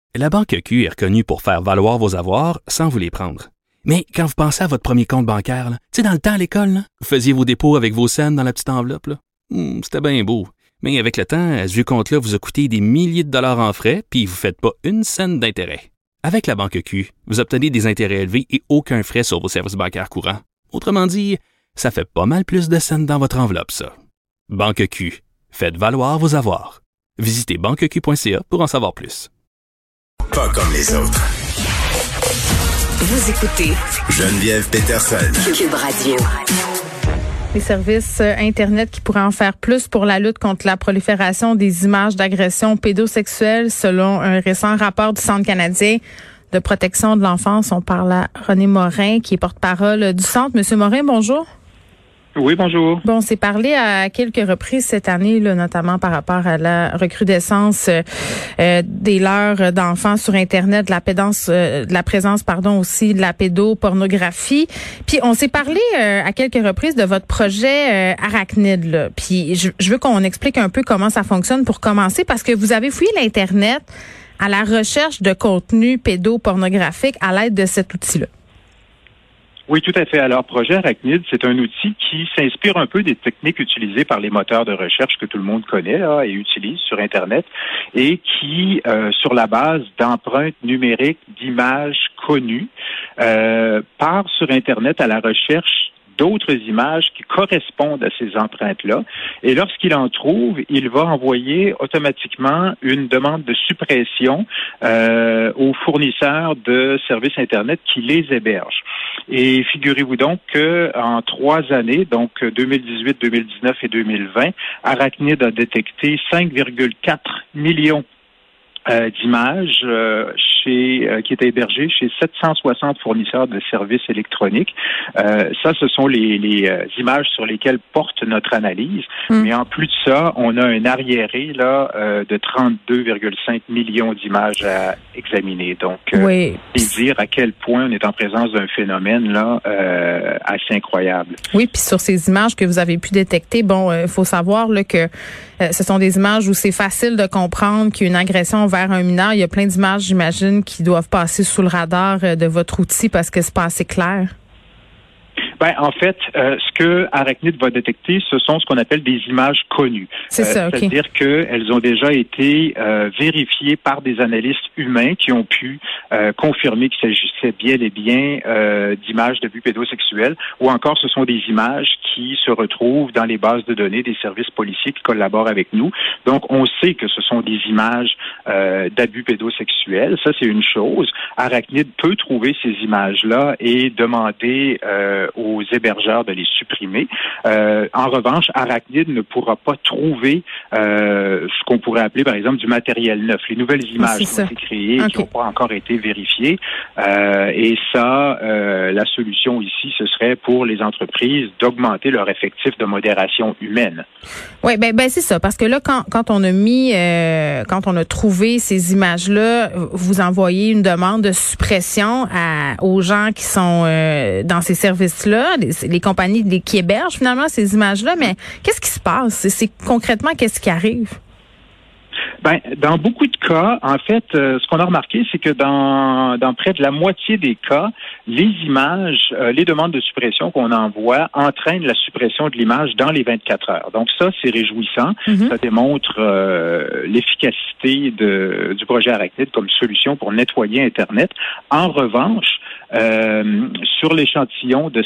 La Banque Q est reconnue pour faire valoir vos avoirs sans vous les prendre. Mais quand vous pensez à votre premier compte bancaire, tu sais, dans le temps à l'école, là, vous faisiez vos dépôts avec vos scènes dans la petite enveloppe. Là. C'était bien beau. Mais avec le temps, ce vieux compte-là vous a coûté des milliers de dollars en frais, puis vous ne faites pas une scène d'intérêt. Avec la Banque Q, vous obtenez des intérêts élevés et aucun frais sur vos services bancaires courants. Autrement dit, ça fait pas mal plus de scènes dans votre enveloppe, ça. Banque Q. Faites valoir vos avoirs. Visitez banqueq.ca pour en savoir plus. Pas comme les autres. Vous écoutez Geneviève Peterson. Cube Radio. Les services Internet qui pourraient en faire plus pour la lutte contre la prolifération des images d'agressions pédosexuelles, selon un récent rapport du Centre canadien de protection de l'enfance. On parle à René Morin, qui est porte-parole du Centre. Monsieur Morin, bonjour. Oui, bonjour. Bon, on s'est parlé à quelques reprises cette année, là, notamment par rapport à la recrudescence des leurres d'enfants sur Internet, de la présence aussi de la pédopornographie. Puis on s'est parlé à quelques reprises de votre projet Arachnid, là. Puis je veux qu'on explique un peu comment ça fonctionne pour commencer, parce que vous avez fouillé l'Internet à la recherche de contenu pédopornographique à l'aide de cet outil-là. Oui, tout à fait. Alors, Projet Arachnid, c'est un outil qui s'inspire un peu des techniques utilisées par les moteurs de recherche que tout le monde connaît là, et utilise sur Internet, et qui, sur la base d'empreintes numériques d'images connues, part sur Internet à la recherche d'autres images qui correspondent à ces empreintes-là. Et lorsqu'il en trouve, il va envoyer automatiquement une demande de suppression aux fournisseurs de services Internet qui les hébergent. Et figurez-vous donc qu'en 3 années, donc 2018, 2019 et 2020, Arachnid a détecté 5,4 millions d'images qui étaient hébergées chez 760 fournisseurs de services électroniques. Ça, ce sont les images sur lesquelles porte notre analyse. Mais en plus de ça, on a un arriéré là de 32,5 millions d'images à examiner. Donc, oui. Et dire à quel point on est en présence d'un phénomène là assez incroyable. Oui, puis sur ces images que vous avez pu détecter, il faut savoir là, que ce sont des images où c'est facile de comprendre qu'il y a une agression vers un mineur. Il y a plein d'images, j'imagine, qui doivent passer sous le radar de votre outil parce que c'est pas assez clair. En fait, ce que Arachnid va détecter, ce sont ce qu'on appelle des images connues. C'est ça, OK. C'est-à-dire qu'elles ont déjà été vérifiées par des analystes humains qui ont pu confirmer qu'il s'agissait bien et bien d'images d'abus pédosexuels, ou encore ce sont des images qui se retrouvent dans les bases de données des services policiers qui collaborent avec nous. Donc, on sait que ce sont des images d'abus pédosexuels. Ça, c'est une chose. Arachnid peut trouver ces images-là et demander aux hébergeurs de les supprimer. En revanche, Arachnid ne pourra pas trouver ce qu'on pourrait appeler, par exemple, du matériel neuf. Les nouvelles images qui ont été créées, qui n'ont pas encore été vérifiées. Et ça, la solution ici, ce serait pour les entreprises d'augmenter leur effectif de modération humaine. Oui, c'est ça. Parce que là, quand on a trouvé ces images-là, vous envoyez une demande de suppression aux gens qui sont dans ces services-là, les compagnies qui hébergent finalement ces images-là. Mais qu'est-ce qui se passe? C'est concrètement, qu'est-ce qui arrive? Dans beaucoup de cas, en fait, ce qu'on a remarqué, c'est que dans près de la moitié des cas, les images, les demandes de suppression qu'on envoie entraînent la suppression de l'image dans les 24 heures. Donc ça, c'est réjouissant. Ça démontre l'efficacité du projet Arachnid comme solution pour nettoyer Internet. En revanche, sur l'échantillon de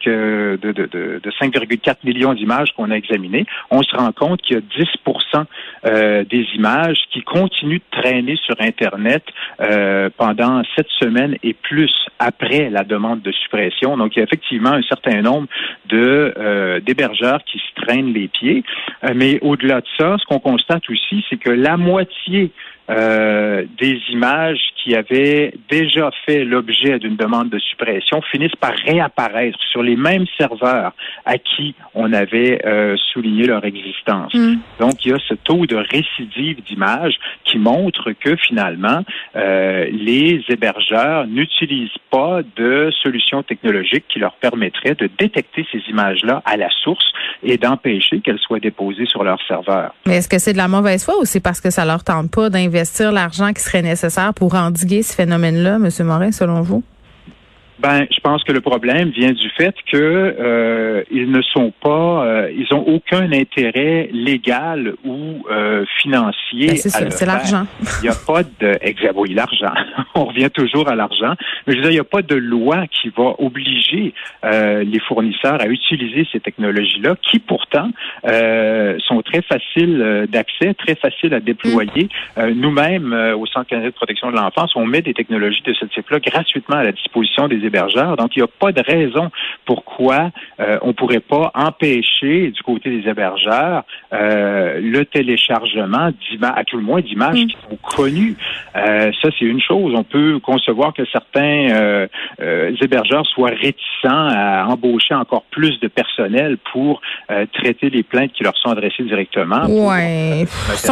5,4 millions d'images qu'on a examinées, on se rend compte qu'il y a 10% des images qui continuent de traîner sur Internet pendant 7 semaines et plus après la demande de suppression. Donc, il y a effectivement un certain nombre d'hébergeurs qui se traînent les pieds. Mais au-delà de ça, ce qu'on constate aussi, c'est que la moitié des images qui avaient déjà fait l'objet d'une demande de suppression finissent par réapparaître sur les mêmes serveurs à qui on avait souligné leur existence. Donc, il y a ce taux de récidive d'images qui montre que finalement, les hébergeurs n'utilisent pas de solutions technologiques qui leur permettraient de détecter ces images-là à la source et d'empêcher qu'elles soient déposées sur leur serveur. Mais est-ce que c'est de la mauvaise foi ou c'est parce que ça leur tente pas d'investir l'argent qui serait nécessaire pour endiguer ce phénomène-là, M. Morin, selon vous? Ben, je pense que le problème vient du fait que ils ne sont pas, ils ont aucun intérêt légal ou financier. Ben, c'est ça, c'est l'argent. Il n'y a pas de, oui, l'argent. On revient toujours à l'argent. Mais je veux dire, il n'y a pas de loi qui va obliger les fournisseurs à utiliser ces technologies-là, qui pourtant sont très faciles d'accès, très faciles à déployer. Nous-mêmes, au Centre canadien de protection de l'enfance, on met des technologies de ce type-là gratuitement à la disposition des hébergeurs. Donc, il n'y a pas de raison pourquoi on ne pourrait pas empêcher du côté des hébergeurs le téléchargement à tout le moins d'images qui sont connues. Ça, c'est une chose. On peut concevoir que certains hébergeurs soient réticents à embaucher encore plus de personnel pour traiter les plaintes qui leur sont adressées directement. Oui,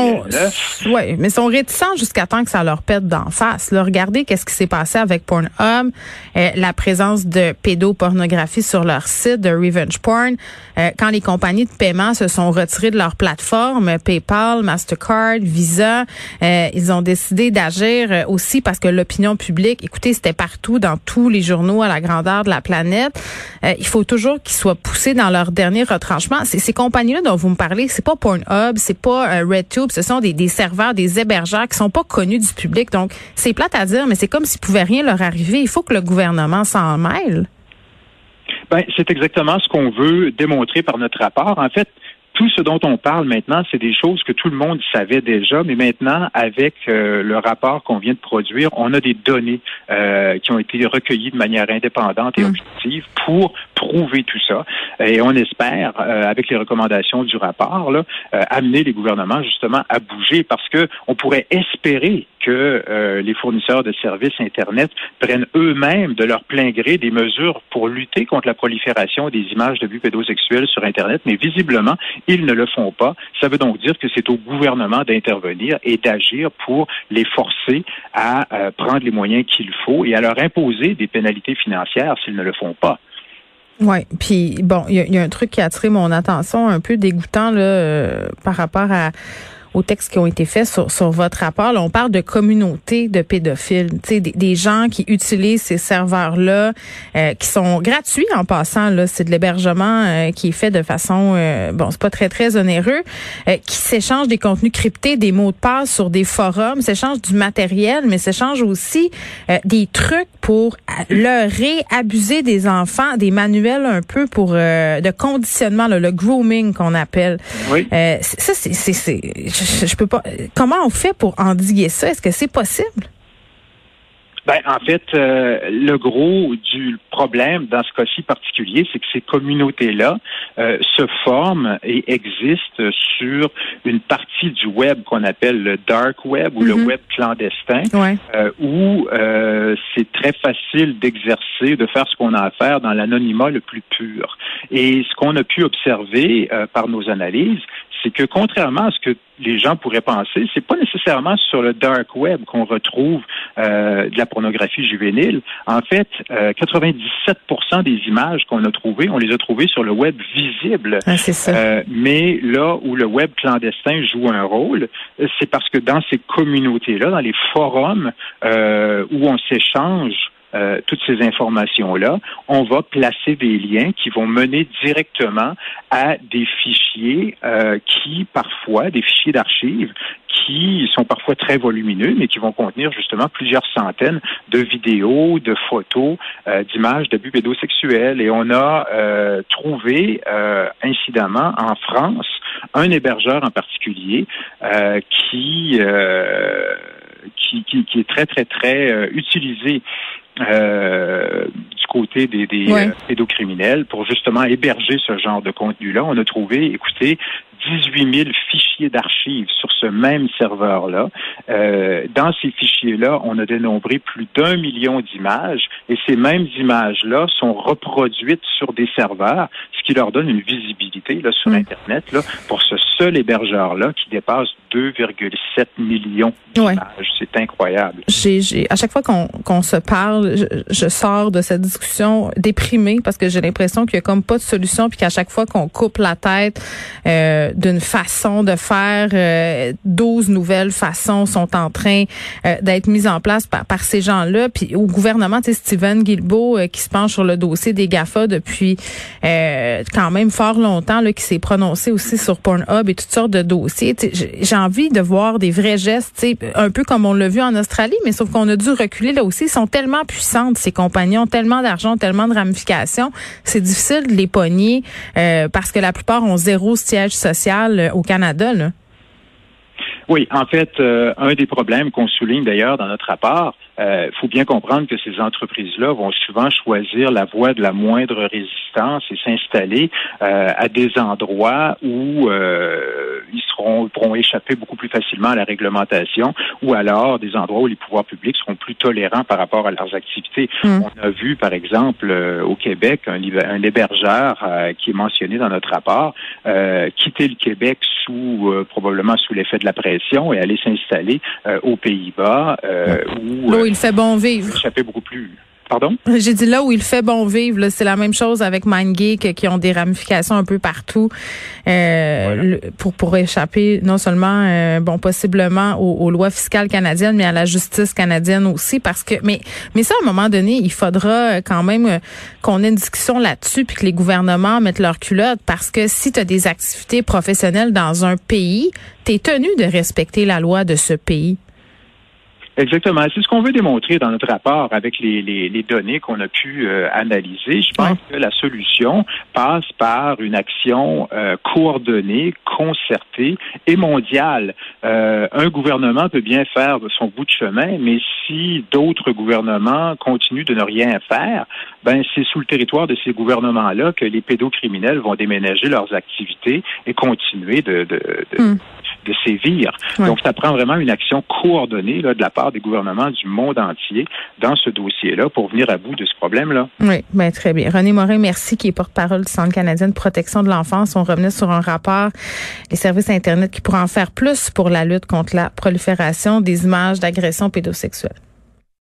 mais ils sont réticents jusqu'à temps que ça leur pète d'en face. Là, regardez qu'est-ce qui s'est passé avec Pornhub. La présence de pédopornographie sur leur site, de revenge porn, quand les compagnies de paiement se sont retirées de leur plateforme, PayPal, Mastercard, Visa, ils ont décidé d'agir aussi parce que l'opinion publique, écoutez, c'était partout dans tous les journaux à la grandeur de la planète. Il faut toujours qu'ils soient poussés dans leur dernier retranchement. Ces compagnies-là dont vous me parlez, c'est pas Pornhub, c'est pas RedTube, ce sont des serveurs, des hébergeurs qui sont pas connus du public. Donc, c'est plate à dire, mais c'est comme s'il pouvait rien leur arriver. Il faut que le gouvernement s'en mêle. Ben, c'est exactement ce qu'on veut démontrer par notre rapport. En fait, tout ce dont on parle maintenant, c'est des choses que tout le monde savait déjà, mais maintenant, avec le rapport qu'on vient de produire, on a des données qui ont été recueillies de manière indépendante et objective pour prouver tout ça. Et on espère, avec les recommandations du rapport, là, amener les gouvernements justement à bouger parce que on pourrait espérer que les fournisseurs de services Internet prennent eux-mêmes de leur plein gré des mesures pour lutter contre la prolifération des images de vues pédosexuelles sur Internet, mais visiblement, ils ne le font pas. Ça veut donc dire que c'est au gouvernement d'intervenir et d'agir pour les forcer à prendre les moyens qu'il faut et à leur imposer des pénalités financières s'ils ne le font pas. Oui, puis bon, il y a un truc qui a attiré mon attention un peu dégoûtant là par rapport aux textes qui ont été faits sur votre rapport. Là, on parle de communauté de pédophiles, tu sais, des gens qui utilisent ces serveurs-là, qui sont gratuits en passant. Là, c'est de l'hébergement qui est fait de façon, c'est pas très très onéreux, qui s'échangent des contenus cryptés, des mots de passe sur des forums, s'échangent du matériel, mais s'échangent aussi des trucs pour leurrer, abuser des enfants, des manuels un peu pour de conditionnement, là, le grooming qu'on appelle. Oui. Ça, c'est je peux pas. Comment on fait pour endiguer ça? Est-ce que c'est possible? Ben, en fait, le gros du problème dans ce cas-ci particulier, c'est que ces communautés-là se forment et existent sur une partie du web qu'on appelle le dark web ou le web clandestin, où c'est très facile d'exercer, de faire ce qu'on a à faire dans l'anonymat le plus pur. Et ce qu'on a pu observer par nos analyses, c'est que contrairement à ce que les gens pourraient penser, c'est pas nécessairement sur le dark web qu'on retrouve de la pornographie juvénile. En fait, 97% des images qu'on a trouvées, on les a trouvées sur le web visible. Ah, c'est ça. Mais là où le web clandestin joue un rôle, c'est parce que dans ces communautés-là, dans les forums où on s'échange toutes ces informations-là, on va placer des liens qui vont mener directement à des fichiers des fichiers d'archives, qui sont parfois très volumineux, mais qui vont contenir justement plusieurs centaines de vidéos, de photos, d'images d'abus pédosexuels. Et on a trouvé, incidemment, en France, un hébergeur en particulier qui est très, très, très utilisé du côté des pédocriminels pour justement héberger ce genre de contenu-là. On a trouvé, écoutez, 18 000 fichiers d'archives sur ce même serveur-là. Dans ces fichiers-là, on a dénombré plus d'1 million d'images et ces mêmes images-là sont reproduites sur des serveurs, ce qui leur donne une visibilité là, sur Internet là, pour ce seul hébergeur-là qui dépasse 2,7 millions d'images. C'est incroyable. À chaque fois qu'on se parle, je sors de cette discussion déprimée parce que j'ai l'impression qu'il y a comme pas de solution puis qu'à chaque fois qu'on coupe la tête d'une façon de faire, 12 nouvelles façons sont en train d'être mises en place par ces gens-là. Puis au gouvernement, tu sais, Stephen Guilbeault qui se penche sur le dossier des GAFA depuis quand même fort longtemps, là, qui s'est prononcé aussi sur Pornhub et toutes sortes de dossiers. J'ai envie de voir des vrais gestes, tu sais, un peu comme on l'a vu en Australie, mais sauf qu'on a dû reculer là aussi. Ils sont tellement puissantes, ces compagnies ont tellement d'argent, tellement de ramifications. C'est difficile de les pogner parce que la plupart ont zéro siège social au Canada, là. Oui, en fait, un des problèmes qu'on souligne d'ailleurs dans notre rapport, faut bien comprendre que ces entreprises-là vont souvent choisir la voie de la moindre résistance et s'installer à des endroits où ils pourront échapper beaucoup plus facilement à la réglementation ou alors des endroits où les pouvoirs publics seront plus tolérants par rapport à leurs activités. On a vu, par exemple, au Québec, un hébergeur qui est mentionné dans notre rapport, quitter le Québec probablement sous l'effet de la pression et aller s'installer aux Pays-Bas où il fait bon vivre. Échapper beaucoup plus. Pardon? J'ai dit là où il fait bon vivre, là, c'est la même chose avec MindGeek qui ont des ramifications un peu partout pour échapper non seulement possiblement aux lois fiscales canadiennes, mais à la justice canadienne aussi, parce que mais ça à un moment donné, il faudra quand même qu'on ait une discussion là-dessus puis que les gouvernements mettent leur culotte, parce que si tu as des activités professionnelles dans un pays, tu es tenu de respecter la loi de ce pays. Exactement. C'est ce qu'on veut démontrer dans notre rapport avec les données qu'on a pu analyser. Je pense que la solution passe par une action coordonnée, concertée et mondiale. Un gouvernement peut bien faire son bout de chemin, mais si d'autres gouvernements continuent de ne rien faire, ben c'est sous le territoire de ces gouvernements-là que les pédocriminels vont déménager leurs activités et continuer de sévir. Donc, ça prend vraiment une action coordonnée là, de la part des gouvernements du monde entier dans ce dossier-là pour venir à bout de ce problème-là. Oui, bien très bien. René Morin, merci, qui est porte-parole du Centre canadien de protection de l'enfance. On revenait sur un rapport, les services Internet qui pourraient en faire plus pour la lutte contre la prolifération des images d'agressions pédosexuelles.